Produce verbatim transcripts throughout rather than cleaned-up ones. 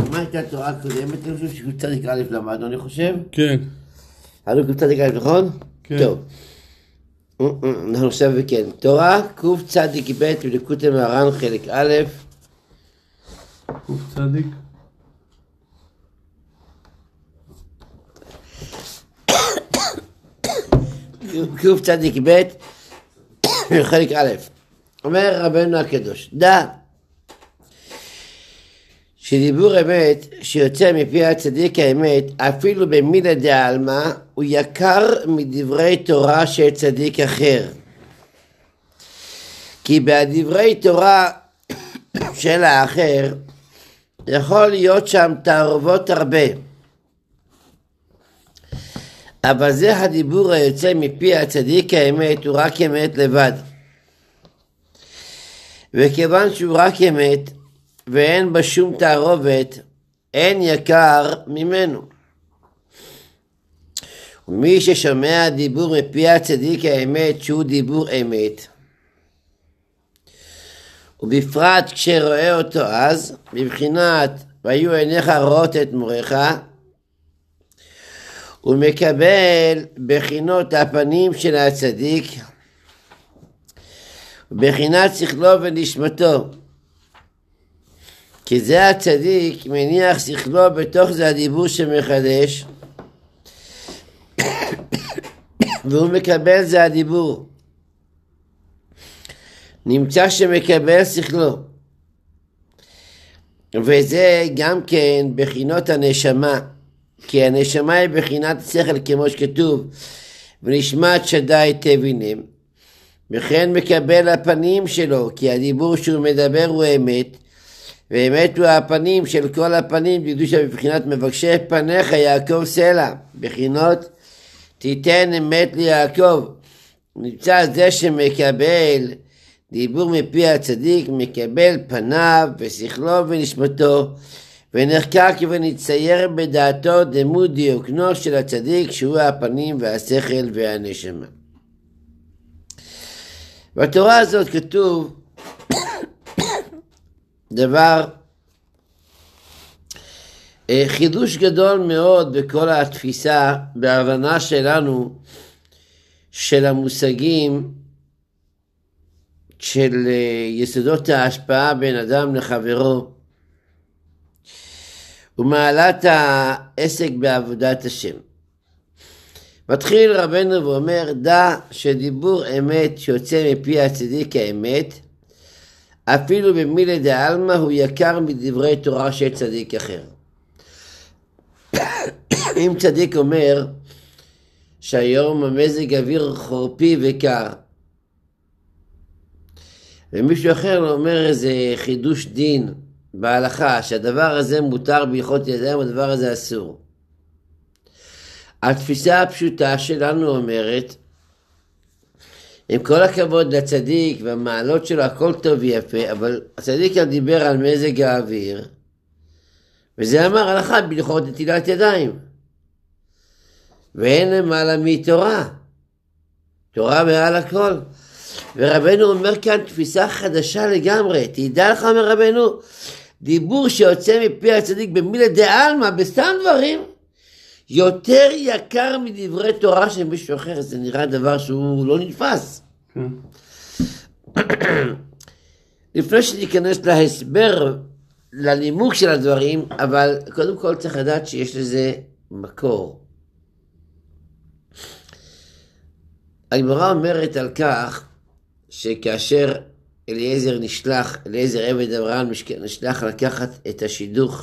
מה הייתה התורה הקודמת? אני חושב שקוף צדיק א' למדנו, אני חושב? כן. עלו קוף צדיק א', נכון? כן. טוב. אנחנו עכשיו וכן. תורה קוף צדיק ב' בליקוטי מהר"ן חלק א'. קוף צדיק. קוף צדיק ב' חלק א'. אומר רבנו הקדוש, דע שדיבור אמת שיוצא מפי הצדיק האמת, אפילו במילה דעלמא, הוא יקר מדברי תורה של צדיק אחר. כי בדברי תורה של האחר יכול להיות שם תערובות הרבה, אבל זה הדיבור היוצא מפי הצדיק האמת, הוא רק אמת לבד. וכיוון שהוא רק אמת ואין בה שום תערובת, אין יקר ממנו. ומי ששומע דיבור מפי הצדיק האמת שהוא דיבור אמת, ובפרט כשרואה אותו אז, בבחינת והיו עיניך רואות את מורך, הוא מקבל בחינות הפנים של הצדיק, בחינת שכלו ונשמתו, כי זה הצדיק מניח שכלו בתוך זה הדיבור שמחדש, והוא מקבל זה הדיבור, נמצא שמקבל שכלו, וזה גם כן בחינות הנשמה, כי הנשמה היא בחינת שכל כמו שכתוב, ונשמת שדי תבינים, וכן מקבל הפנים שלו, כי הדיבור שהוא מדבר הוא אמת, ואמת הוא הפנים של כל הפנים, בקדוש בבחינת מבקשי פניך יעקב סלע, בחינות תיתן אמת ליעקב. נמצא זה שמקבל דיבור מפי הצדיק, מקבל פניו ושכלו ונשמתו, ונחקק ונצייר בדעתו דמות דיוקנו של הצדיק, שהוא הפנים והשכל והנשמה. בתורה הזאת כתוב דבר, חידוש גדול מאוד בכל התפיסה, בהבנה שלנו של המושגים של יסודות ההשפעה בין אדם לחברו, ומעלת העסק בעבודת השם. מתחיל רבנו ואומר, דע שדיבור אמת שיוצא מפי הצדיק האמת, אפילו במילה דעלמא הוא יקר מדברי תורה של צדיק אחר. אם צדיק אומר שהיום המזג אוויר חורפי וקר, ומישהו אחר אומר איזה חידוש דין בהלכה שהדבר הזה מותר בהלכות ידיים והדבר הזה אסור, התפיסה הפשוטה שלנו אומרת, עם כל הכבוד לצדיק והמעלות שלו הכל טוב ויפה, אבל הצדיק גם דיבר על מזג האוויר, וזה אמר הלכה בהלכות נטילת ידיים, ואין למעלה מתורה, תורה מעל הכל. ורבנו אומר כאן תפיסה חדשה לגמרי, תדע לך אומר רבנו, דיבור שיוצא מפי הצדיק במילה דעלמא בסתם דברים, יותר יקר מדברי תורה של מישהו אחר. זה נראה דבר שהוא לא נתפס. לפני שניכנס להסבר, לנימוק של הדברים, אבל קודם כל צריך לדעת שיש לזה מקור. הגמרא אומרת על כך, שכאשר אליעזר נשלח, אליעזר עבד אברהם נשלח לקחת את השידוך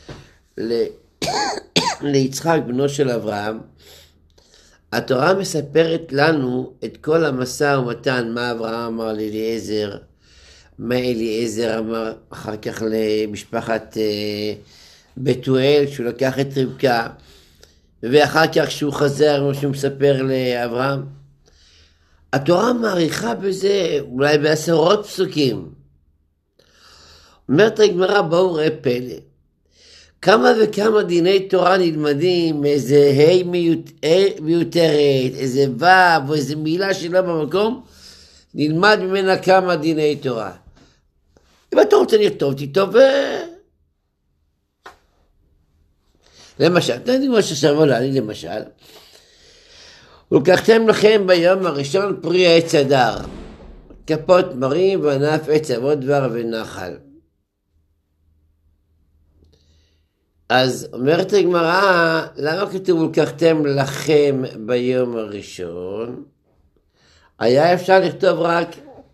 ליצחק בנו של אברהם, התורה מספרת לנו את כל המשא ומתן, מה אברהם אמר לאליעזר, מה אליעזר אמר אחר כך למשפחת בתואל, שהוא לקח את רבקה, ואחר כך שהוא חזר, כמו שהוא מספר לאברהם. התורה מעריכה בזה אולי בעשרות פסוקים. אומרת הגמרא, בואו ראה פלא, כמה וכמה דיני תורה נלמדים, איזה ה' מיות, מיותרת, איזה ו' או איזה מילה שלא במקום, נלמד ממנה כמה דיני תורה. אם אתה רוצה לכתוב, תכתוב למשל, אתם יודעים מה ששבוע לעני למשל, ולקחתם לכם ביום הראשון פרי עץ הדר, כפות מרים וענף עץ אבות דבר ונחל. אז אומרת הגמרא, למה כתוב ולקחתם לכם ביום הראשון? היה אפשר לכתוב רק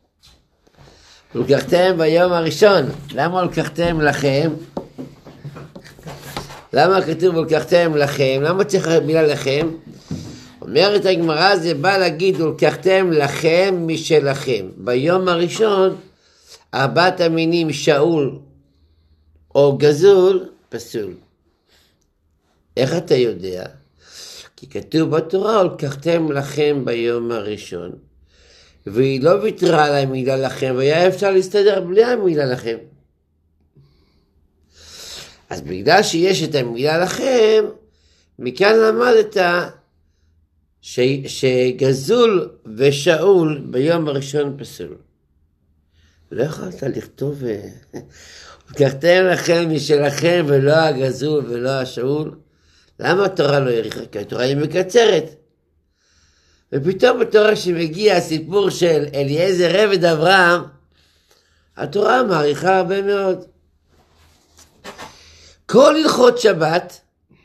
ולקחתם ביום הראשון. למה לקחתם לכם? למה כתוב ולקחתם לכם? למה צריך מילה לכם? אומרת הגמרא, זה בא להגיד ולקחתם לכם משלכם. ביום הראשון ארבעת המינים שאול או גזול פסול. איך אתה יודע? כי כתוב בתורה ולקחתם לכם ביום הראשון, והיא לא ויתרה על המילה לכם, והיה אפשר להסתדר בלי המילה לכם. אז בגלל שיש את המילה לכם, מכאן למדת ש... שגזול ושאול ביום הראשון פסול. לא יכולת לכתוב לקחתם לכם משלכם ולא הגזול ולא השאול. למה התורה לא העריכה? כי התורה היא מקצרת. ופתאום בתורה שמגיע הסיפור של אליעזר עבד אברהם, התורה מעריכה הרבה מאוד. כל הלכות שבת,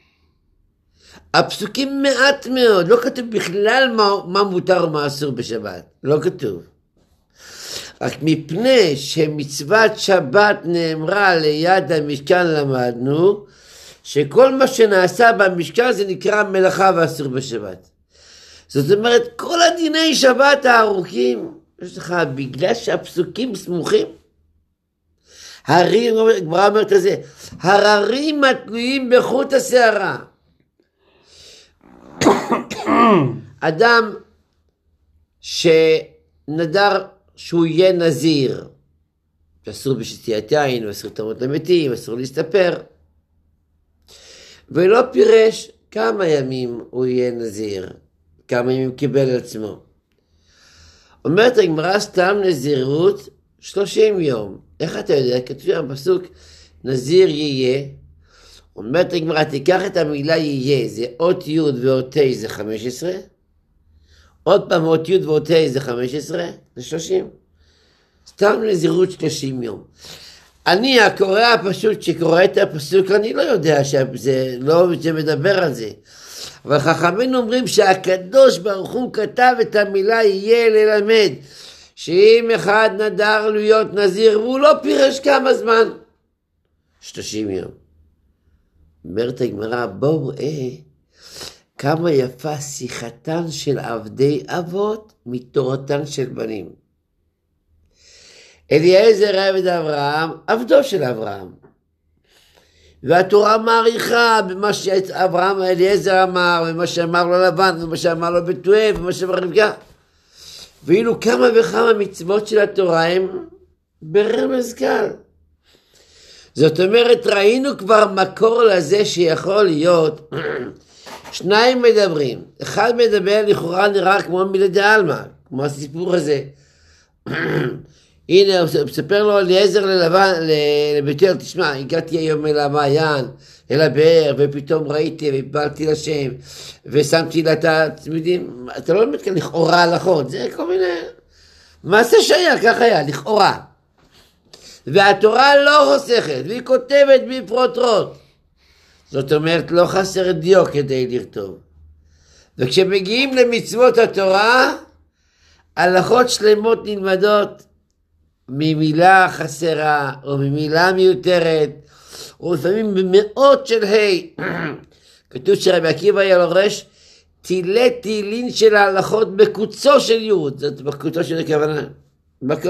הפסוקים מעט מאוד, לא כתוב בכלל מה, מה מותר ומה אסור בשבת, לא כתוב. רק מפני שמצוות שבת נאמרה ליד המשכן למדנו, שכל מה שנעשה במשכן זה נקרא מלאכה ואסור בשבת. זאת אומרת, כל הדיני שבת הארוכים, יש לך, בגלל שהפסוקים סמוכים, הרים, גמרא אומרת את זה, הררים התלויים בחוט השערה. אדם שנדר שהוא יהיה נזיר, שאסור בשתיית יין, ואסור תמות למתים, אסור להסתפר, ולא פירש כמה ימים הוא יהיה נזיר, כמה ימים קיבל על עצמו. אומרת הגמרא, סתם נזירות שלושים יום. איך אתה יודע? כתוב בפסוק נזיר יהיה. אומרת הגמרא, תיקח את המילה יהיה, זה אות י' ואות ה' זה חמש עשרה, עוד פעם אות י' ואות ה' זה חמש עשרה, זה שלושים. סתם נזירות שלושים יום. אני, הקורא הפשוט שקורא את הפסוק, אני לא יודע שזה לא זה מדבר על זה. אבל חכמינו אומרים שהקדוש ברוך הוא כתב את המילה יהיה ללמד, שאם אחד נדר להיות נזיר והוא לא פירש כמה זמן, שלושים יום. אומרת הגמרא, בואו ראה כמה יפה שיחתן של עבדי אבות מתורתן של בנים. אליעזר עבד אברהם, עבדו של אברהם. והתורה מעריכה במה שאברהם אליעזר אמר, ומה שאמר לו לבן, ומה שאמר לו בתואל, ומה שאמר רבקה. ואילו כמה וכמה מצוות של התורה הם ברמז קל. זאת אומרת, ראינו כבר מקור לזה שיכול להיות, שניים מדברים. אחד מדבר לכאורה נראה כמו מילי דעלמא, כמו הסיפור הזה. הנה, הוא מספר לו אליעזר ללבן, לבתואל, תשמע, הגעתי היום אל המעיין, אל הבאר, ופתאום ראיתי, והתפללתי לשם, ושמתי לה את הצמידים, אתה לא באמת כאן לכאורה הלכות, זה כל מיני, מעשה שהיה, כך היה, לכאורה. והתורה לא חוסכת, והיא כותבת בפרוטרוט. זאת אומרת, לא חסר דיו כדי לכתוב. וכשמגיעים למצוות התורה, הלכות שלמות נלמדות, ממילה חסרה, או ממילה מיותרת, או לפעמים במאות של ה'. כתוב שרבי עקיבא היה לורש תילי תהילין של ההלכות בקוצו של י', זאת בקוצו של הכוונה. בקוצ...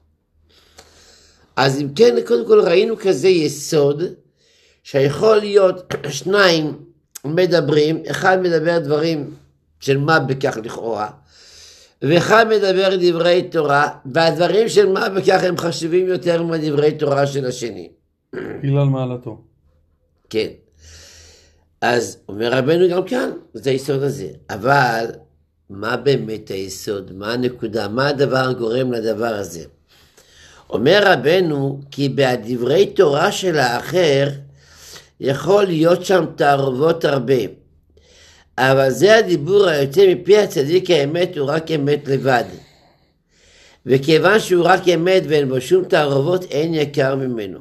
אז אם כן, קודם כל ראינו כזה יסוד, שיכול להיות שניים מדברים, אחד מדבר דברים של מה בכך לכאורה, ואחד מדבר דברי תורה, והדברים של מה בכך הם חשובים יותר מדברי תורה של השני. בגלל מעלתו. כן. אז אומר רבנו גם כאן, זה היסוד הזה. אבל מה באמת היסוד? מה הנקודה? מה הדבר גורם לדבר הזה? אומר רבנו כי בדברי תורה של האחר יכול להיות שם תערובות הרבה. אבל זה הדיבור היוצא מפי הצדיק האמת, הוא רק אמת לבד. וכיוון שהוא רק אמת ואין בו שום תערובות, אין יקר ממנו.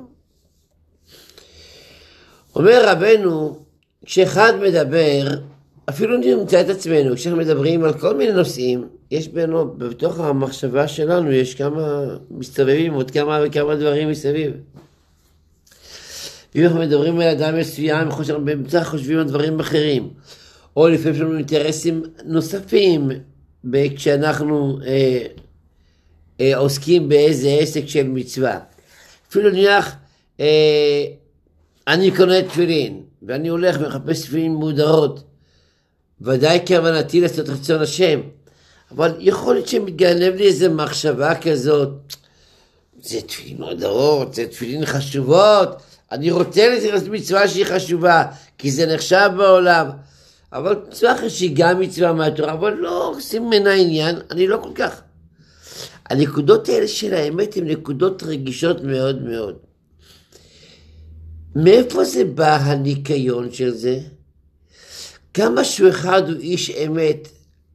אומר רבנו, כשאחד מדבר, אפילו נמצא את עצמנו, כשאנחנו מדברים על כל מיני נושאים, יש בינו, בתוך המחשבה שלנו, יש כמה מסתובבים, עוד כמה וכמה דברים מסביב. אם אנחנו מדברים על אדם מסוים, באמצע חושבים על דברים אחרים, או לפעמים יש לנו אינטרסים נוספים, כשאנחנו אה, אה, עוסקים באיזה עסק של מצווה. אפילו נניח, אה, אני קונה תפילין, ואני הולך ומחפש תפילין מודרות, ודאי כוונתי לעשות רצון השם, אבל יכול להיות שמתגנב לי איזו מחשבה כזאת, זה תפילין מודרות, זה תפילין חשובות, אני רוצה לעשות מצווה שהיא חשובה, כי זה נחשב בעולם, אבל מצווה אחרי שהיא גם מצווה מהתורה, אבל לא עושים ממנה עניין, אני לא כל כך. הנקודות האלה של האמת הן נקודות רגישות מאוד מאוד. מאיפה זה בא הניקיון של זה? כמה שהוא אחד הוא איש אמת,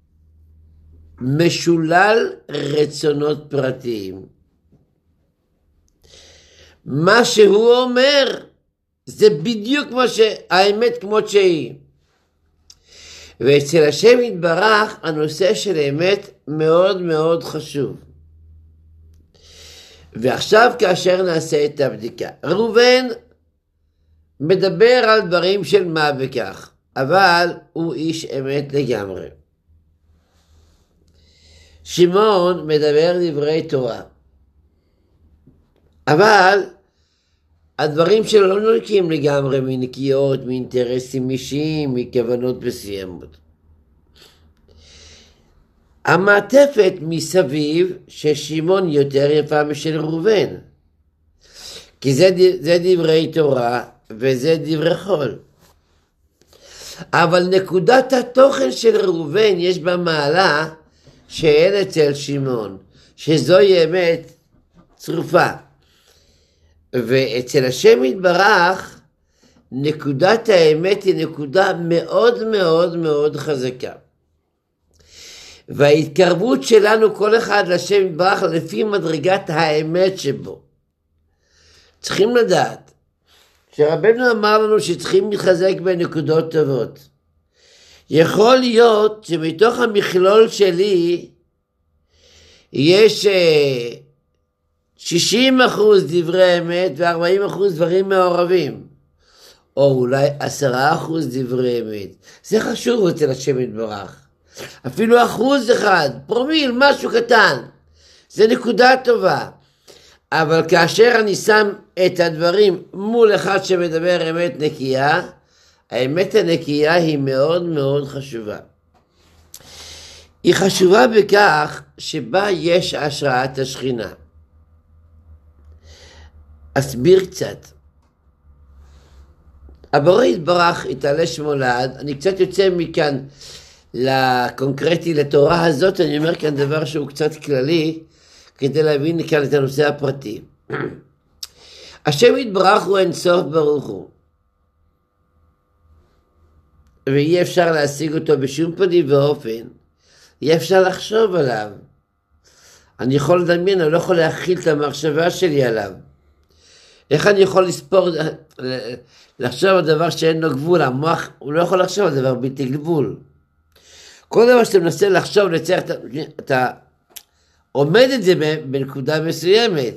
משולל רצונות פרטיים. מה שהוא אומר, זה בדיוק מה שהאמת כמות שהיא. ואצל השם יתברך, הנושא של האמת מאוד מאוד חשוב. ועכשיו כאשר נעשה את הבדיקה, ראובן מדבר על דברים של מה וכך, אבל הוא איש אמת לגמרי. שמעון מדבר דברי תורה, אבל הדברים שלו לא נקיים לגמרי מנקיות, מאינטרסים אישיים, מכוונות מסוימות. המעטפת מסביב של שמעון יותר יפה משל ראובן, כי זה, זה דברי תורה וזה דברי חול. אבל נקודת התוכן של ראובן יש בה מעלה שאין אצל שמעון, שזוהי אמת צרופה. ואצל השם יתברך, נקודת האמת היא נקודה מאוד מאוד מאוד חזקה. וההתקרבות שלנו כל אחד לשם יתברך לפי מדרגת האמת שבו. צריכים לדעת, שרבנו אמר לנו שצריכים להתחזק בנקודות טובות. יכול להיות שמתוך המכלול שלי יש שישים אחוז דברי אמת ו-ארבעים אחוז דברים מעורבים, או אולי עשרה אחוז דברי אמת. זה חשוב אצל השם יתברך. אפילו אחוז אחד, פרומיל, משהו קטן, זה נקודה טובה. אבל כאשר אני שם את הדברים מול אחד שמדבר אמת נקייה, האמת הנקייה היא מאוד מאוד חשובה. היא חשובה בכך שבה יש השראת השכינה. אסביר קצת. הבורא יתברך, יתעלה שמו לעד, אני קצת יוצא מכאן לקונקרטי, לתורה הזאת, אני אומר כאן דבר שהוא קצת כללי, כדי להבין כאן את הנושא הפרטי. השם יתברך הוא אין סוף ברוך הוא, ואי אפשר להשיג אותו בשום פנים ואופן, אי אפשר לחשוב עליו. אני יכול לדמיין, אני לא יכול להכיל את המחשבה שלי עליו. איך אני יכול לספור, לחשוב על דבר שאין לו גבול? המוח, הוא לא יכול לחשוב על דבר בלתי גבול. כל דבר שאתה מנסה לחשוב, לצריך, אתה, אתה עומד את זה בנקודה מסוימת.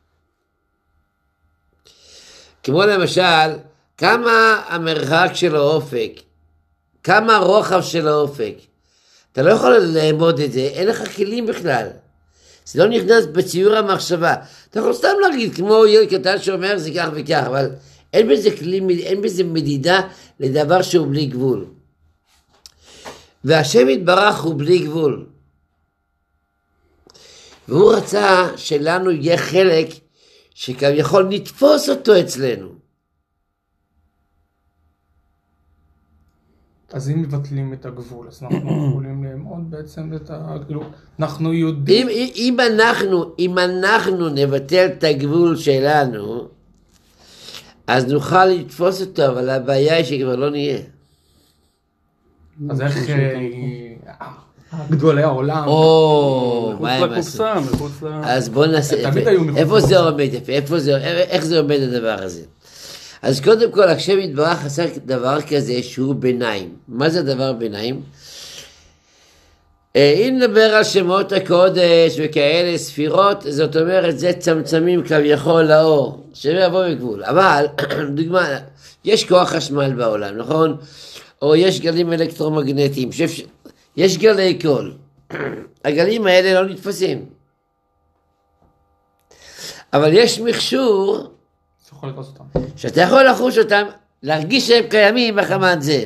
כמו למשל, כמה המרחק של האופק, כמה הרוחב של האופק. אתה לא יכול לעמוד את זה, אין לך כלים בכלל. זה לא נכנס בציור המחשבה. אתה יכול סתם להגיד, כמו ילד קטן שאומר זה כך וכך, אבל אין בזה כלים, אין בזה מדידה לדבר שהוא בלי גבול. והשם יתברך הוא בלי גבול. והוא רצה שלנו יהיה חלק שכביכול נתפוס אותו אצלנו. אז אם מבטלים את הגבול, אז אנחנו יכולים לאמוד בעצם את הגבול. אנחנו יודעים... אם, אם, אנחנו, אם אנחנו נבטל את הגבול שלנו, אז נוכל לתפוס אותו, אבל הבעיה היא שכבר לא נהיה. אז איך גדולי העולם? או, מה הם עשו? לקופסה, מחוץ ל... אז בואו נעשה, איפה זה עומד, איך זה עומד הדבר הזה? אז קודם כל, השם יתברך עשה דבר כזה שהוא ביניים. מה זה דבר ביניים? אם נדבר על שמות הקודש וכאלה ספירות, זאת אומרת, זה צמצמים כביכול לאור, שיבוא מגבול. אבל, דוגמה, יש כוח חשמל בעולם, נכון? או יש גלים אלקטרומגנטיים, יש גלי קול. הגלים האלה לא נתפסים. אבל יש מכשור, שאתה יכול לחוש אותם, להרגיש שהם קיימים בחמת זה.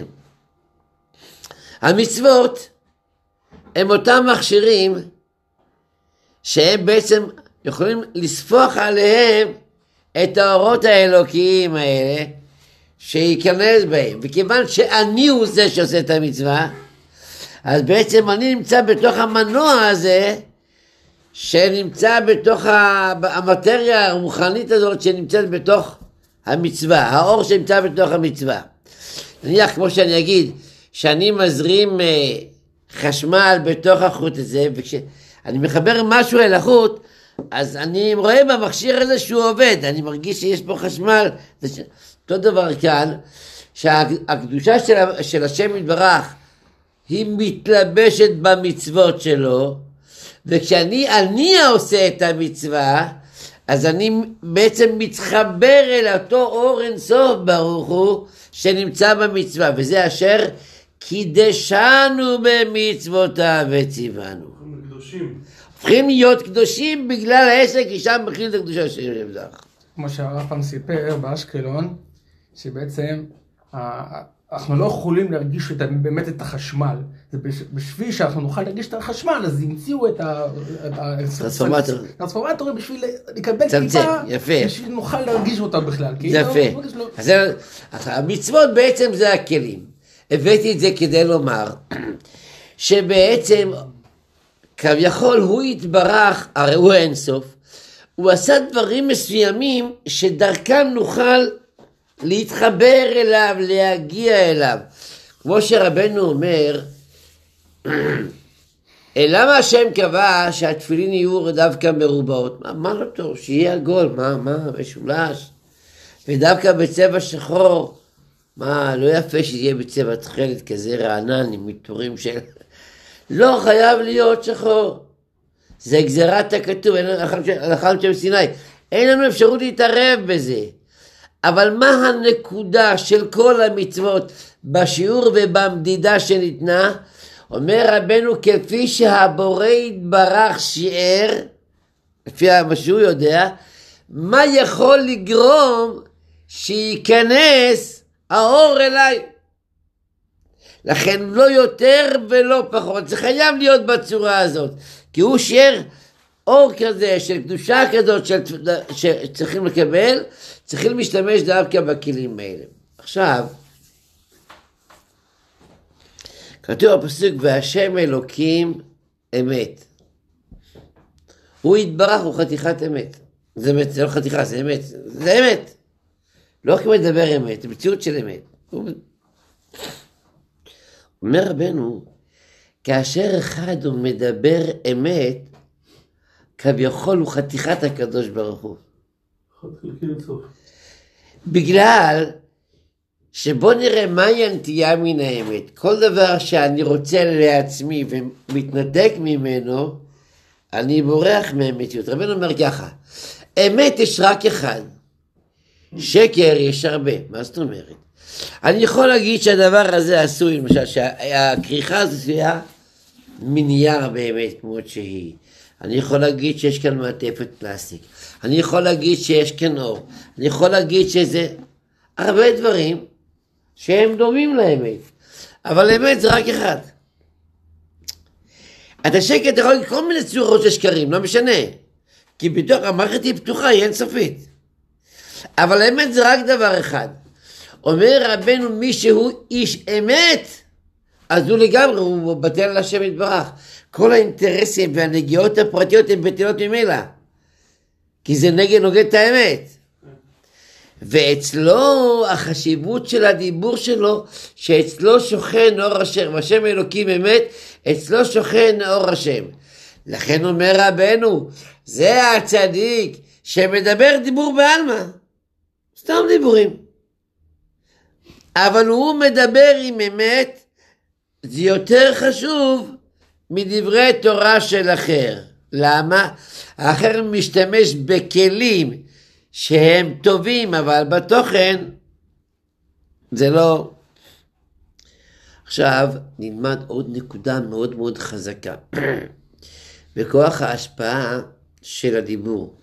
המצוות, הם אותם מכשירים שהם בעצם יכולים לספוח עליהם את האורות האלוקיים האלה שייכנס בהם. וכיוון שאני הוא זה שעושה את המצווה, אז בעצם אני נמצא בתוך המנוע הזה שנמצא בתוך המטריה הרוחנית הזאת שנמצאת בתוך המצווה, האור שנמצא בתוך המצווה. נניח כמו שאני אגיד שאני מזרים חשמל בתוך החוט הזה, וכשאני מחבר משהו אל החוט, אז אני רואה במכשיר הזה שהוא עובד, אני מרגיש שיש פה חשמל. אותו דבר כאן, שהקדושה של, של השם יתברך, היא מתלבשת במצוות שלו, וכשאני אני עושה את המצווה, אז אני בעצם מתחבר אל אותו אור אינסוף ברוך הוא, שנמצא במצווה, וזה אשר קידשנו במצוותיו וציוונו. קדושים. הופכים להיות קדושים בגלל העסק, כי שם מכיל את הקדושה של יבדח. כמו שהרב פעם סיפר באשקלון, שבעצם אנחנו לא יכולים להרגיש באמת את החשמל. זה בשביל שאנחנו נוכל להרגיש את החשמל, אז המציאו את הטרנספורמטורים בשביל לקבל טיפה, בשביל נוכל להרגיש אותה בכלל. יפה. אז המצוות בעצם זה הכלים. הבאתי את זה כדי לומר, שבעצם כביכול הוא יתברך, הרי הוא אינסוף, הוא עשה דברים מסוימים שדרכם נוכל להתחבר אליו, להגיע אליו. כמו שרבנו אומר, למה השם קבע שהתפילין יהיו דווקא מרובעות? מה, מה לא טוב? שיהיה עגול, מה, מה, משולש? ודווקא בצבע שחור, מה, לא יפה שיהיה בצבע תכלת כזה רענן עם מיתורים של... לא חייב להיות שחור. זה גזירת הכתוב, הלכה של סיני. אין לנו אפשרות להתערב בזה. אבל מה הנקודה של כל המצוות בשיעור ובמדידה שניתנה? אומר רבנו, כפי שהבורא יתברך שיער, לפי מה שהוא יודע, מה יכול לגרום שייכנס האור אליי? לכן לא יותר ולא פחות, זה חייב להיות בצורה הזאת, כי הוא שיער אור כזה של קדושה כזאת שצריכים לקבל, צריכים להשתמש דווקא בכלים האלה. עכשיו, כתוב בפסוק, והשם אלוקים אמת. הוא יתברך, הוא חתיכת אמת. זה אמת, זה לא חתיכה, זה אמת. זה אמת. לא כמו לדבר אמת, זה מציאות של אמת. אומר רבנו, כאשר אחד הוא מדבר אמת, כביכול הוא חתיכת הקדוש ברוך הוא. בגלל שבוא נראה מהי הנטייה מן האמת. כל דבר שאני רוצה לעצמי ומתנתק ממנו, אני בורח מאמתיות. רבנו אומר ככה, אמת יש רק אחד, שקר יש הרבה. מה זאת אומרת? אני יכול להגיד שהדבר הזה עשוי, למשל שהכריכה הזו היה מנייר באמת כמות שהיא. אני יכול להגיד שיש כאן מעטפת פלסטיק. אני יכול להגיד שיש כאן אור. אני יכול להגיד שזה הרבה דברים שהם דומים לאמת. אבל האמת זה רק אחד. את השקט יכול להגיד כל מיני צורות של שקרים, לא משנה. כי בתוך המערכת היא פתוחה, היא אינסופית. אבל האמת זה רק דבר אחד. אומר רבנו, מי שהוא איש אמת, אז הוא לגמרי, הוא בטל על השם יתברך. כל האינטרסים והנגיעות הפרטיות הן בטלות ממילא. כי זה נגד נוגד את האמת. ואצלו החשיבות של הדיבור שלו, שאצלו שוכן אור השם, השם אלוקים אמת, אצלו שוכן אור השם. לכן אומר רבנו, זה הצדיק שמדבר דיבור בעלמא, סתם דיבורים. אבל הוא מדבר עם אמת, זה יותר חשוב מדברי תורה של אחר. למה? האחר משתמש בכלים שהם טובים, אבל בתוכן זה לא. עכשיו נלמד עוד נקודה מאוד מאוד חזקה. בכוח ההשפעה של הדיבור.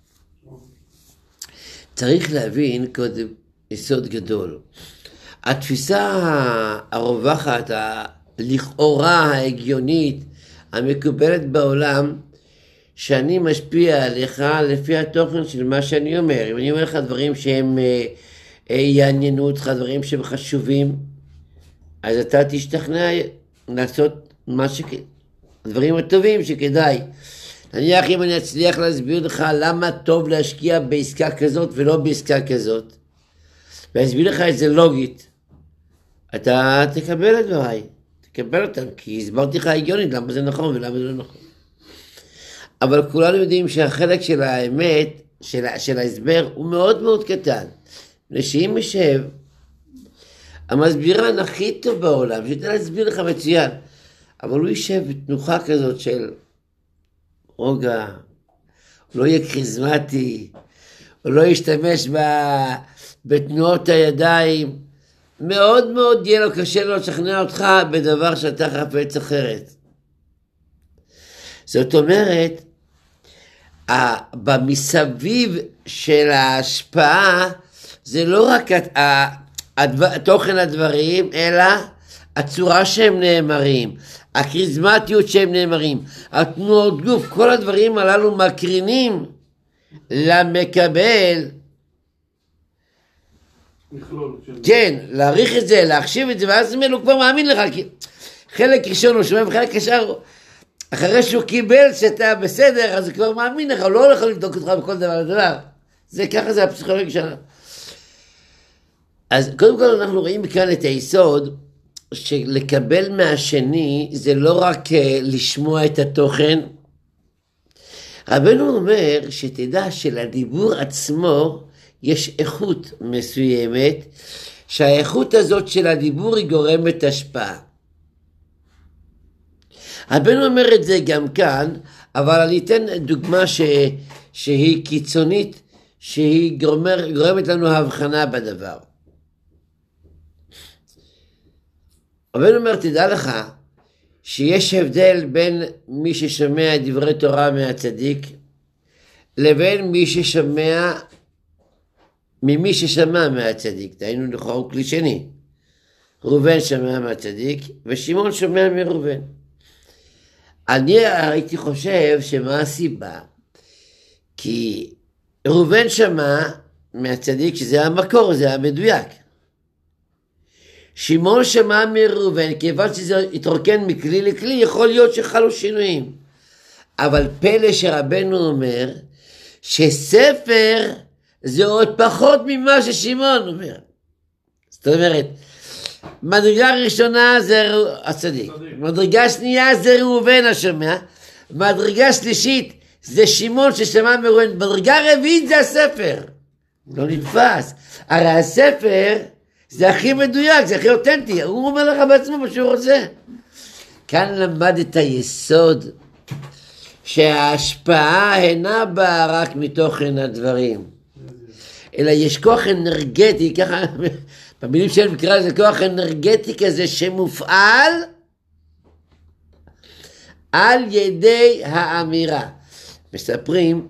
צריך להבין קודם יסוד גדול. התפיסה הרווחת, לכאורה ההגיונית, המקובלת בעולם, שאני משפיע עליך לפי התוכן של מה שאני אומר. אם אני אומר לך דברים שהם אה, אה, יעניינו אותך, דברים שהם חשובים, אז אתה תשתכנע לעשות מה שכ... הדברים הטובים שכדאי. נניח אם אני אצליח להסביר לך למה טוב להשקיע בעסקה כזאת ולא בעסקה כזאת, ואסביר לך את זה לוגית, אתה תקבל את דבריי, תקבל אותם, כי הסברתי לך הגיונית למה זה נכון ולמה זה לא נכון. אבל כולנו יודעים שהחלק של האמת, של, של ההסבר, הוא מאוד מאוד קטן. שאם ישב, המסבירן הכי טוב בעולם, שידע להסביר לך מצוין, אבל הוא יישב בתנוחה כזאת של רוגע, הוא לא יהיה כריזמטי, הוא לא ישתמש ב, בתנועות הידיים, מאוד מאוד יהיה לו קשה לו לשכנע אותך בדבר שאתה חפץ אחרת. זאת אומרת, במסביב של ההשפעה, זה לא רק תוכן הדברים, אלא הצורה שהם נאמרים, הקריזמטיות שהם נאמרים, התנועות גוף, כל הדברים הללו מקרינים למקבל, כן, להעריך את זה, להחשיב את זה, ואז הוא כבר מאמין לך, כי חלק ראשון הוא שומע וחלק ישר, אחרי שהוא קיבל שאתה בסדר, אז הוא כבר מאמין לך, הוא לא הולך לבדוק אותך בכל דבר לדבר. זה ככה, זה הפסיכולוגיה שלנו. אז קודם כל אנחנו רואים כאן את היסוד, שלקבל מהשני זה לא רק לשמוע את התוכן. רבנו אומר שתדע שלדיבור עצמו יש איכות מסוימת, שהאיכות הזאת של הדיבור היא גורמת השפעה. רבנו אומר את זה גם כאן, אבל אני אתן דוגמה ש... שהיא קיצונית, שהיא גורמר, גורמת לנו הבחנה בדבר. רבנו אומר, תדע לך, שיש הבדל בין מי ששומע דברי תורה מהצדיק, לבין מי ששומע, ממי ששמע מהצדיק. דהיינו לכאורה כלי שני. ראובן שמע מהצדיק, ושמעון שומע מראובן. אני הייתי חושב שמה הסיבה, כי ראובן שמע מהצדיק שזה המקור, זה המדויק. שמעון שמע מראובן, כיוון שזה התרוקן מכלי לכלי, יכול להיות שחלו שינויים. אבל פלא שרבנו אומר, שספר זה עוד פחות ממה ששמעון אומר. זאת אומרת, מדרגה ראשונה זה הצדיק, מדרגה שנייה זה ראובן השומע, מדרגה שלישית זה שמעון ששמע מראובן, מדרגה רביעית זה הספר. לא נתפס. הרי הספר זה הכי מדויק, זה הכי אותנטי, הוא אומר לך בעצמו מה שהוא רוצה. כאן למד את היסוד שההשפעה אינה באה רק מתוכן הדברים, אלא יש כוח אנרגטי, ככה במילים שלנו נקרא לזה כוח אנרגטי כזה שמופעל על ידי האמירה. מספרים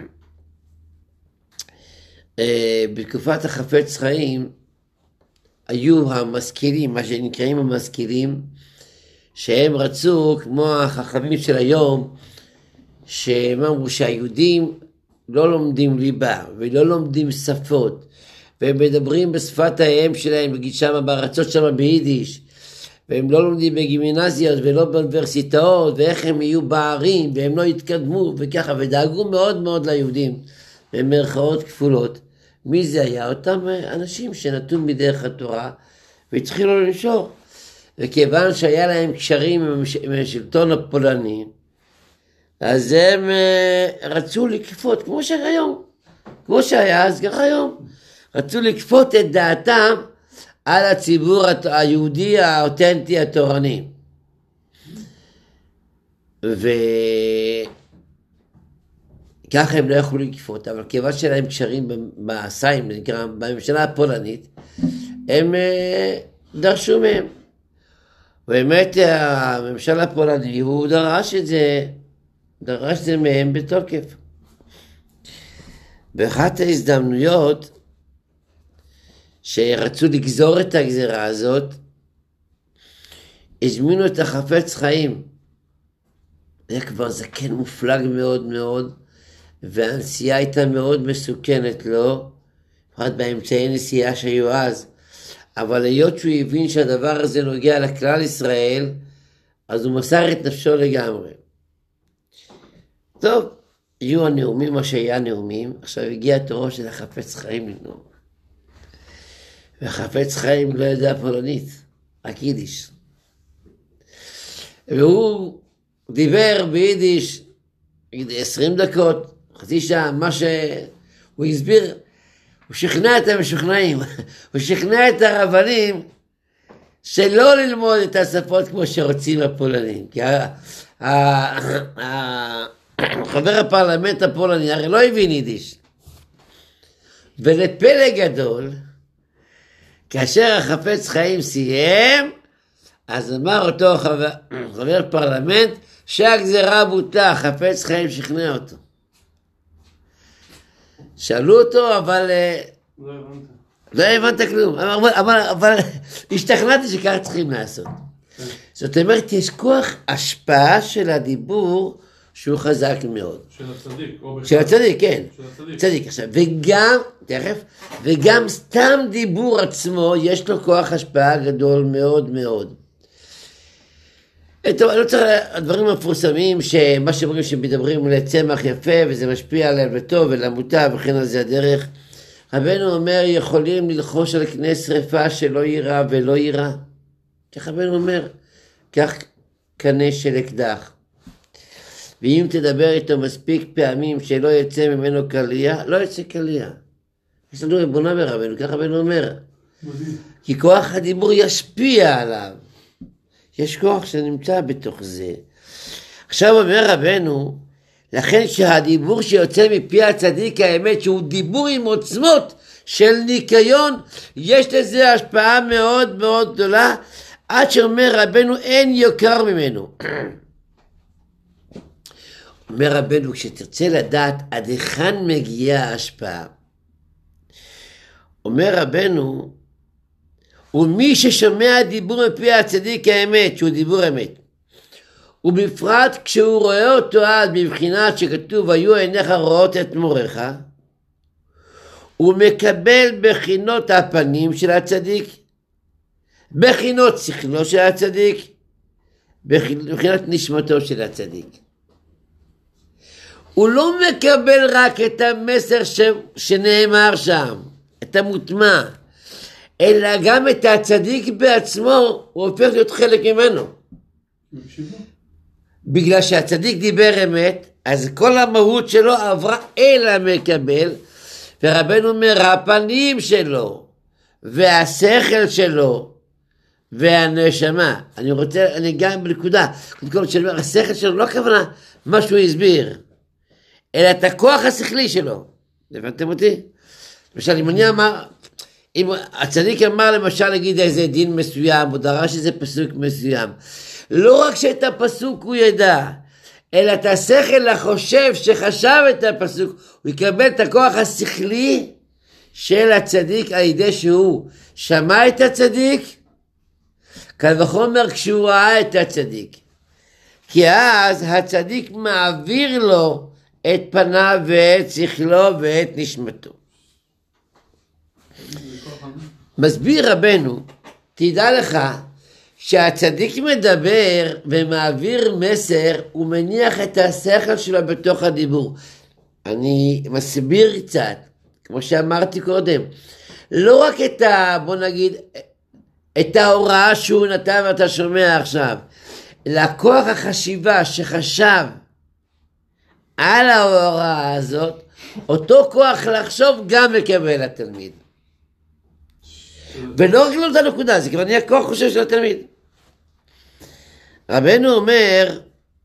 בתקופת החפץ חיים היו המשכילים, מה שנקראים המשכילים, שהם רצו כמו החכמים של היום, שהם אמרו שהיהודים לא לומדים ליבה ולא לומדים שפות, והם מדברים בשפת האם שלהם, בגיד שמה בארצות שמה ביידיש, והם לא לומדים בגימנסיות ולא באוניברסיטאות, ואיך הם יהיו בערים והם לא יתקדמו וככה, ודאגו מאוד מאוד ליהודים במרכאות כפולות, מי זה היה? אותם אנשים שנתנו מדרך התורה והתחילו לנשור. וכיוון שהיה להם קשרים עם השלטון הפולני, אז הם רצו לכפות, כמו שהיום, כמו שהיה אז ככה היום, רצו לכפות את דעתם על הציבור היהודי האותנטי התורני. וככה הם לא יכולו לכפות, אבל כיוון שלהם קשרים בסיים, בממשלה הפולנית, הם דרשו מהם. באמת הממשל הפולני, הוא דרש את זה, דרש את זה מהם בתוקף. באחת ההזדמנויות שרצו לגזור את הגזרה הזאת, הזמינו את החפץ חיים. היה כבר זקן מופלג מאוד מאוד, והנסיעה הייתה מאוד מסוכנת לו, בפרט באמצעי נסיעה שהיו אז. אבל היות שהוא הבין שהדבר הזה נוגע לכלל ישראל, אז הוא מסר את נפשו לגמרי. טוב, יהיו הנאומים מה שהיה נאומים, עכשיו הגיע תורו של החפץ חיים לנאום. והחפץ חיים לא ידע פולנית, רק יידיש. והוא דיבר ביידיש עשרים דקות, חצי שעה, מה שהוא הסביר, הוא שכנע את המשוכנעים, הוא שכנע את הרבנים שלא ללמוד את השפות כמו שרוצים הפולנים. כי חבר הפרלמנט הפולני הרי לא הבין יידיש. ולפלא גדול, כאשר החפץ חיים סיים, אז אמר אותו חבר, חבר פרלמנט שהגזרה בוטלה, החפץ חיים שכנע אותו. שאלו אותו, אבל לא הבנת. לא הבנת כלום, אבל, אבל, אבל השתכנעתי שכך צריכים לעשות. זאת אומרת, יש כוח השפעה של הדיבור שהוא חזק מאוד. של הצדיק. של הצדיק, כן. של הצדיק. צדיק עכשיו. וגם, תכף, וגם סתם דיבור עצמו, יש לו כוח השפעה גדול מאוד מאוד. טוב, אני לא צריך, הדברים המפורסמים, שמה שאומרים שמדברים לצמח יפה, וזה משפיע עליהם לטוב ולמוטב, וכן על זה הדרך. רבנו אומר, יכולים ללחוש על קנה שריפה שלא יירא ולא יירא. כך רבנו אומר, כך קנה של אקדח. ואם תדבר איתו מספיק פעמים שלא יצא ממנו קלייה, לא יצא קלייה. יש לנו ריבונה ברבנו, כך רבנו אומר. מדהים. כי כוח הדיבור ישפיע עליו. יש כוח שנמצא בתוך זה. עכשיו אומר רבנו, לכן שהדיבור שיוצא מפי הצדיק האמת, שהוא דיבור עם עוצמות של ניקיון, יש לזה השפעה מאוד מאוד גדולה, עד שאומר רבנו אין יוקר ממנו. אומר רבנו, כשתרצה לדעת עד היכן מגיעה ההשפעה, אומר רבנו, ומי ששומע דיבור מפי הצדיק האמת, שהוא דיבור אמת, ובפרט כשהוא רואה אותו אז בבחינת שכתוב היו עיניך רואות את מורך, הוא מקבל בחינות הפנים של הצדיק, בחינות שכלו של הצדיק, בחינות נשמתו של הצדיק. הוא לא מקבל רק את המסר ש... שנאמר שם, את המוטמע, אלא גם את הצדיק בעצמו, הוא הופך להיות חלק ממנו. בגלל שהצדיק דיבר אמת, אז כל המהות שלו עברה אל המקבל, ורבנו אומר, הפנים שלו, והשכל שלו, והנשמה. אני רוצה, אני גם בנקודה, קודם כל שאומר, השכל שלו לא כוונה מה שהוא הסביר, אלא את הכוח השכלי שלו. הבנתם אותי? למשל, אם אני אמר, אם הצדיק אמר למשל להגיד איזה דין מסוים, או דרש איזה פסוק מסוים, לא רק שאת הפסוק הוא ידע, אלא את השכל החושב שחשב את הפסוק, הוא יקבל את הכוח השכלי של הצדיק על ידי שהוא שמע את הצדיק, קל וחומר כשהוא ראה את הצדיק. כי אז הצדיק מעביר לו את פניו ואת שכלו ואת נשמתו. מסביר רבנו, תדע לך שהצדיק מדבר ומעביר מסר, הוא מניח את השכל שלו בתוך הדיבור. אני מסביר קצת, כמו שאמרתי קודם, לא רק את ה... בוא נגיד, את ההוראה שהוא נתן ואתה שומע עכשיו, אלא כוח החשיבה שחשב על ההוראה הזאת, אותו כוח לחשוב גם מקבל התלמיד. ולא רק לא את הנקודה, זה כבר נהיה כוח חושב של התלמיד. רבנו אומר,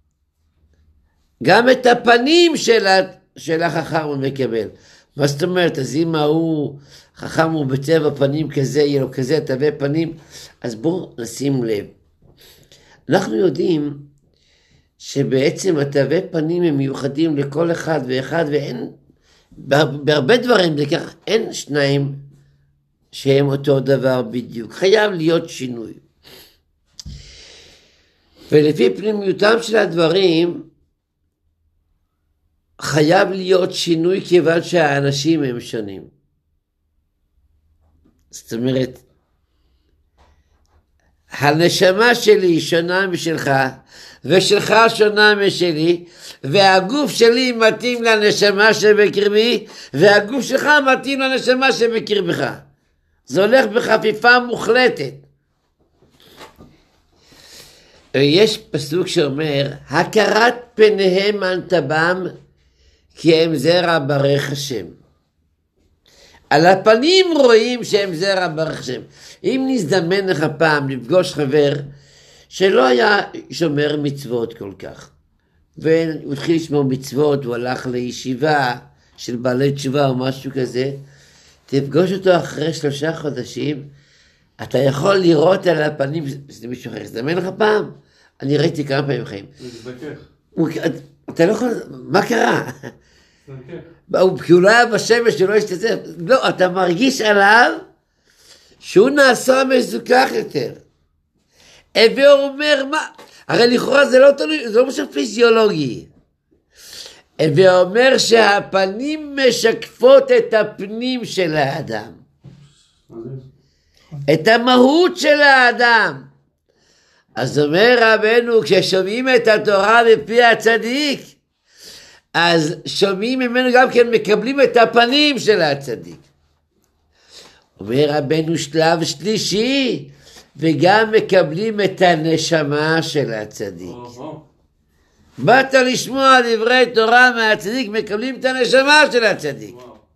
גם את הפנים של, ה... של החכם הוא מקבל. מה זאת אומרת? אז אם הוא חכם הוא בצבע פנים כזה, יהיה לו כזה תווי פנים, אז בואו נשים לב. אנחנו יודעים שבעצם התווי פנים הם מיוחדים לכל אחד ואחד, ואין, בהרבה דברים לכך, אין שניים שהם אותו דבר בדיוק. חייב להיות שינוי. ולפי פנימיותם של הדברים, חייב להיות שינוי כיוון שהאנשים הם שונים. זאת אומרת, הנשמה שלי שונה משלך, ושלך שונה משלי, והגוף שלי מתאים לנשמה שבקרבי, והגוף שלך מתאים לנשמה שבקרבך. זה הולך בחפיפה מוחלטת. יש פסוק שאומר, הכרת פניהם אנטבם, כי הם זרע ברך השם. על הפנים רואים שהם זרע ברך השם. אם נזדמן לך פעם לפגוש חבר שלא היה שומר מצוות כל כך, והוא התחיל לשמור מצוות, הוא הלך לישיבה של בעלי תשובה או משהו כזה, תפגוש אותו אחרי שלושה חודשים, אתה יכול לראות על הפנים, זה מישהו אחר, נזדמן לך פעם? אני ראיתי כמה פעמים חיים. מתבקח. אתה לא יכול, מה קרה? כי הוא לא היה בשמש שלא השתתף, לא, אתה מרגיש עליו שהוא נעשה מזוכח יותר. והוא אומר מה, הרי לכאורה זה לא תלוי, זה לא משהו פיזיולוגי. והוא אומר שהפנים משקפות את הפנים של האדם. את המהות של האדם. אז אומר רבנו, כששומעים את התורה בפי הצדיק, אז שומעים ממנו גם כן מקבלים את הפנים של הצדיק. אומר רבנו שלב שלישי, וגם מקבלים את הנשמה של הצדיק. באת לשמוע דברי תורה מהצדיק, מקבלים את הנשמה של הצדיק.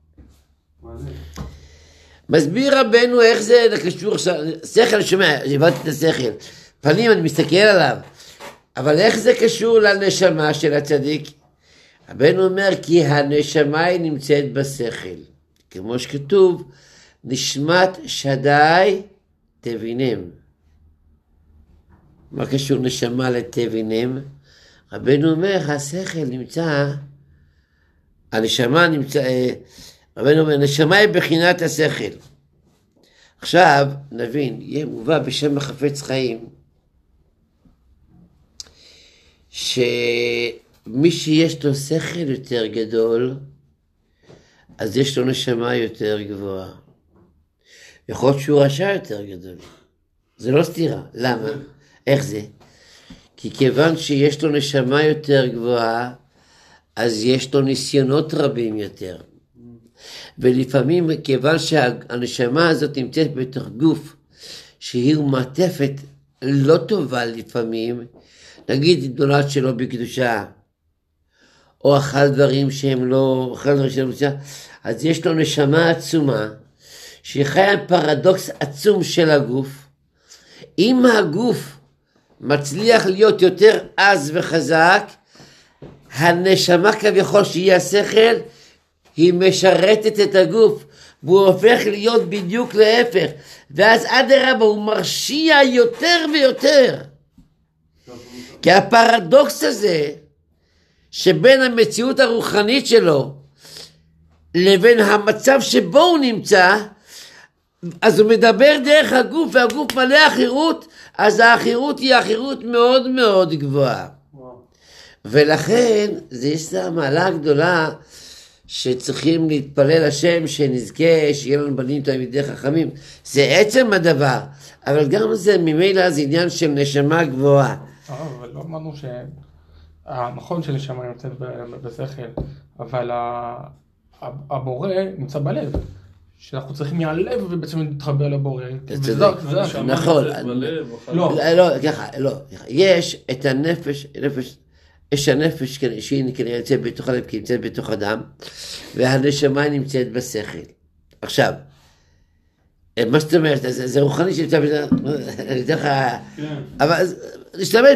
מסביר רבנו איך זה קשור, שכל שומע, הבנתי את השכל, פנים אני מסתכל עליו, אבל איך זה קשור לנשמה של הצדיק? רבנו אומר כי הנשמה היא נמצאת בשכל, כמו שכתוב, נשמת שדי תבינם. מה קשור נשמה לתבינם? רבנו אומר, השכל נמצא, הנשמה נמצא, רבנו אומר, נשמה היא בחינת השכל. עכשיו נבין, יהיה מובא בשם החפץ חיים, שמי שיש לו שכל יותר גדול, אז יש לו נשמה יותר גבוהה. יכול להיות שהוא רשע יותר גדול. זה לא סתירה. למה? איך זה? כי כיוון שיש לו נשמה יותר גבוהה, אז יש לו ניסיונות רבים יותר. ולפעמים כיוון שהנשמה הזאת נמצאת בתוך גוף, שהיא מעטפת לא טובה לפעמים, נגיד נולד שלא בקדושה, או אכל דברים שהם לא, אכל דברים שהם לא בקדושה, אז יש לו נשמה עצומה, שהיא חיה פרדוקס עצום של הגוף. אם הגוף מצליח להיות יותר עז וחזק, הנשמה כביכול שהיא השכל, היא משרתת את הגוף, והוא הופך להיות בדיוק להפך, ואז אדרבה הוא מרשיע יותר ויותר. כי הפרדוקס הזה, שבין המציאות הרוחנית שלו, לבין המצב שבו הוא נמצא, אז הוא מדבר דרך הגוף, והגוף מלא אחירות, אז האחירות היא אחירות מאוד מאוד גבוהה. וואו. ולכן, זה יש לה מעלה גדולה, שצריכים להתפלל השם, שנזכה, שיהיה לנו בנים תלמידי חכמים. זה עצם הדבר, אבל גם זה ממילא זה עניין של נשמה גבוהה. אבל לא אמרנו שהנכון של נשמה נמצאת בשכל, אבל הבורא נמצא בלב. שאנחנו צריכים מהלב ובעצם להתחבר לבורא. נכון. לא, לא, ככה, לא. יש את הנפש, נפש, יש הנפש שהיא כנראה נמצאת בתוך הלב, כי היא נמצאת בתוך אדם, והנשמה נמצאת בשכל. עכשיו, מה זאת אומרת, זה רוחני שנמצא בתוך ה... אבל נשתמש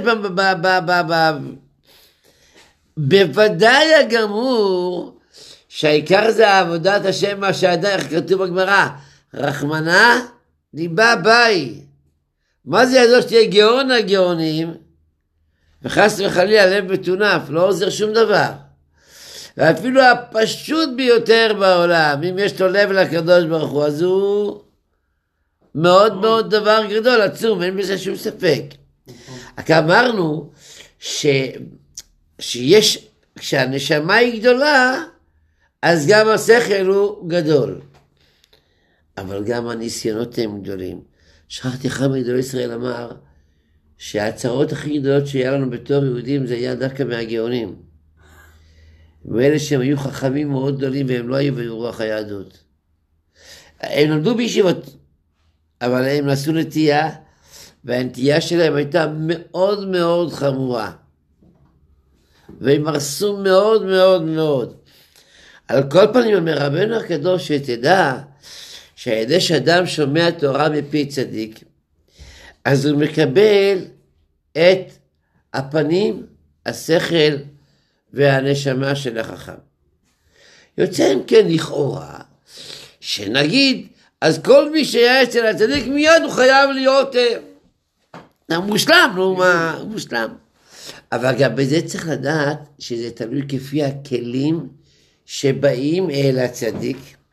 בוודאי הגמור, שהעיקר זה עבודת השם, מה שעדיין כתוב בגמרא, רחמנה ליבה ביי. מה זה יעזור שתהיה גאון הגאונים, וחס וחלילה לב מטונף, לא עוזר שום דבר. ואפילו הפשוט ביותר בעולם, אם יש לו לב לקדוש ברוך הוא, אז הוא מאוד מאוד דבר גדול, עצום, אין בזה שום ספק. רק אמרנו ש... שיש, כשהנשמה היא גדולה, אז גם השכל הוא גדול. אבל גם הניסיונות הם גדולים. שכחתי אחד מגדולי ישראל אמר, שההצהרות הכי גדולות שהיה לנו בתור יהודים, זה היה דווקא מהגאונים. ואלה שהם היו חכמים מאוד גדולים, והם לא היו ברוח היהדות. הם נולדו בישיבות, אבל הם נשאו נטייה, והנטייה שלהם הייתה מאוד מאוד חמורה. והם הרסו מאוד מאוד מאוד. על כל פנים, אומר רבנו הקדוש, שתדע, שהידי שאדם שומע תורה מפי צדיק, אז הוא מקבל את הפנים, השכל והנשמה של החכם. יוצא אם כן לכאורה, שנגיד, אז כל מי שהיה אצל הצדיק מיד הוא חייב להיות אה, מושלם, נו מה, מושלם. אבל גם בזה צריך לדעת שזה תלוי כפי הכלים שבאים אל הצדיק.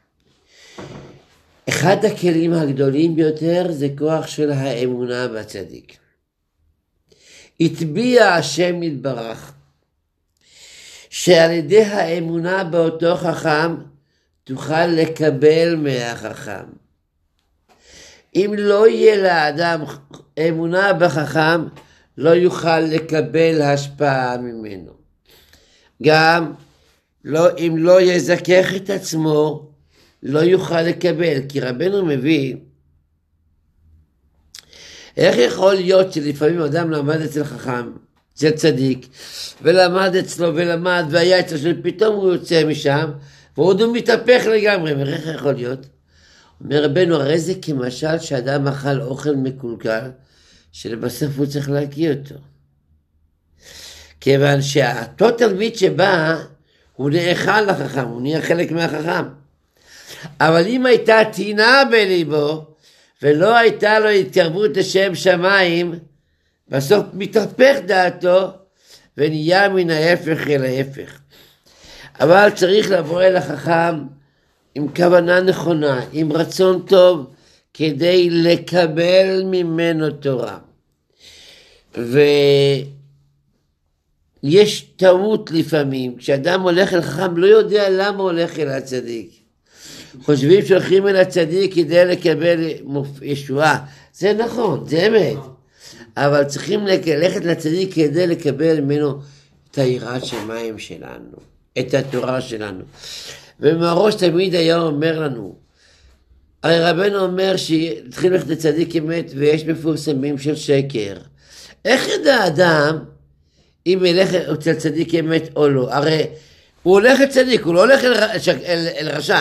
אחד הכלים הגדולים ביותר זה כוח של האמונה בצדיק. הטביע השם יתברך, שעל ידי האמונה באותו חכם, תוכל לקבל מהחכם. אם לא יהיה לאדם אמונה בחכם, לא יוכל לקבל השפעה ממנו. גם לא, אם לא יזכך את עצמו, לא יוכל לקבל, כי רבנו מביא, איך יכול להיות שלפעמים אדם למד אצל חכם, אצל צדיק, ולמד אצלו ולמד, והיה אצלו, פתאום הוא יוצא משם, ועוד הוא מתהפך לגמרי, איך יכול להיות? אומר רבנו, הרי זה כמשל שאדם אכל אוכל מקולקל, שלבסוף הוא צריך להקיא אותו. כיוון שאותו תלמיד שבא, הוא נאכל לחכם, הוא נהיה חלק מהחכם. אבל אם הייתה טינה בליבו, ולא הייתה לו התקרבות לשם שמיים, בסוף מתהפך דעתו, ונהיה מן ההפך אל ההפך. אבל צריך לבוא אל החכם, עם כוונה נכונה, עם רצון טוב, כדי לקבל ממנו תורה. ויש טעות לפעמים, כשאדם הולך אל חכם, לא יודע למה הולך אל הצדיק. חושבים שהולכים אל הצדיק כדי לקבל ישועה. זה נכון, זה אמת. אבל צריכים ללכת לצדיק כדי לקבל ממנו את היראת שמיים שלנו, את התורה שלנו. ומראש תמיד היה אומר לנו, הרי רבנו אומר שתתחיל ללכת לצדיק אמת ויש מפורסמים של שקר. איך ידע אדם אם ילך אצל צדיק אמת או לא? הרי הוא הולך לצדיק, הוא לא הולך אל, אל, אל רשע.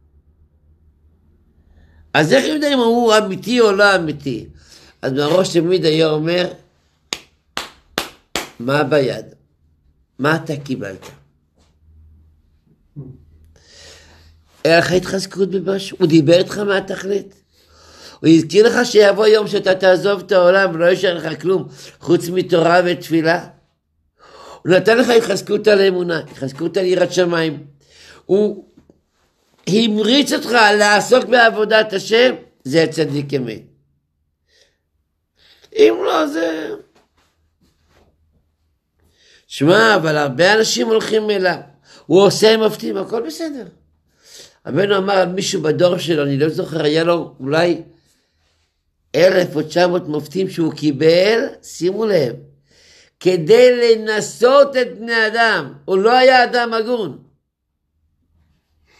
אז איך יודע אם הוא אמיתי או לא אמיתי? אז מראש תמיד היה אומר, מה ביד? מה אתה קיבלת? היה לך התחזקות במשהו? הוא דיבר איתך מהתכלית? הוא הזכיר לך שיבוא יום שאתה תעזוב את העולם ולא ישאר לך כלום חוץ מתורה ותפילה? הוא נתן לך התחזקות על אמונה, התחזקות על יראת שמיים. הוא המריץ אותך לעסוק בעבודת השם, זה צדיק אמת. אם לא, זה... שמע, אבל הרבה אנשים הולכים אליו. הוא עושה מפתים, הכל בסדר. רבנו אמר על מישהו בדור שלו, אני לא זוכר, היה לו אולי אלף או תשע מאות מופתים שהוא קיבל, שימו לב, כדי לנסות את בני אדם. הוא לא היה אדם הגון.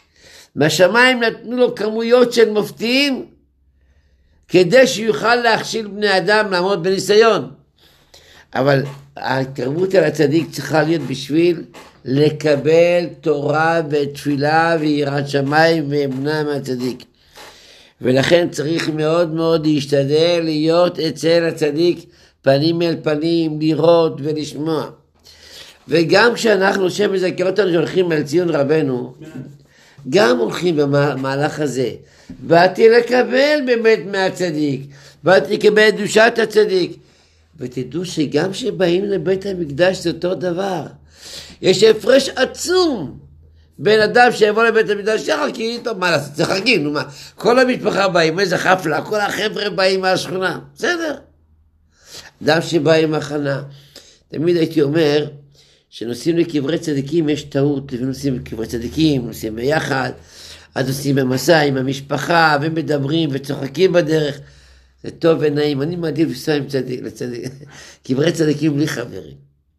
מהשמיים נתנו לו כמויות של מופתים, כדי שיוכל להכשיל בני אדם לעמוד בניסיון. אבל ההתקרבות על הצדיק צריכה להיות בשביל לקבל תורה ותפילה ויראת שמיים ואמונה מהצדיק. ולכן צריך מאוד מאוד להשתדל להיות אצל הצדיק פנים אל פנים, לראות ולשמוע. וגם כשאנחנו שם מזכיר אותנו שהולכים על ציון רבנו, גם הולכים במהלך הזה. באתי לקבל באמת מהצדיק, באתי לקבל את קדושת הצדיק. ותדעו שגם שבאים לבית המקדש זה אותו דבר. יש הפרש עצום בין אדם שיבוא לבית המקדש, שחקי, טוב מה לעשות, שחקי, נו מה, כל המשפחה באים, איזה חפלה, כל החבר'ה באים מהשכונה, בסדר. אדם שבא עם הכנה, תמיד הייתי אומר, שנוסעים לקברי צדיקים יש טעות, ונוסעים לקברי צדיקים, נוסעים ביחד, אז נוסעים במסע עם המשפחה, ומדברים וצוחקים בדרך, זה טוב ונעים, אני מעדיף לנסוע עם צדיק, לצדיק, קברי צדיקים בלי חברים.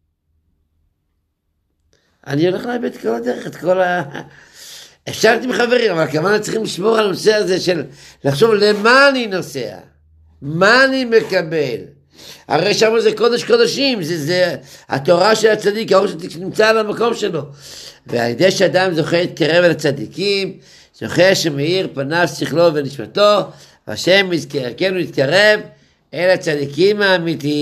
אני הולך לאבד כל הדרך, את כל ה... אפשרתי עם חברים, אבל כמובן צריכים לשמור על הנושא הזה של לחשוב למה אני נוסע, מה אני מקבל. הרי שם זה קודש קודשים, זה, זה התורה של הצדיק, האור הצדיק שנמצא על המקום שלו. ועל ידי שאדם זוכה להתקרב אל הצדיקים, זוכה שמאיר פניו שכלו ונשמתו, והשם יזכרנו להתקרב אל הצדיקים האמיתיים.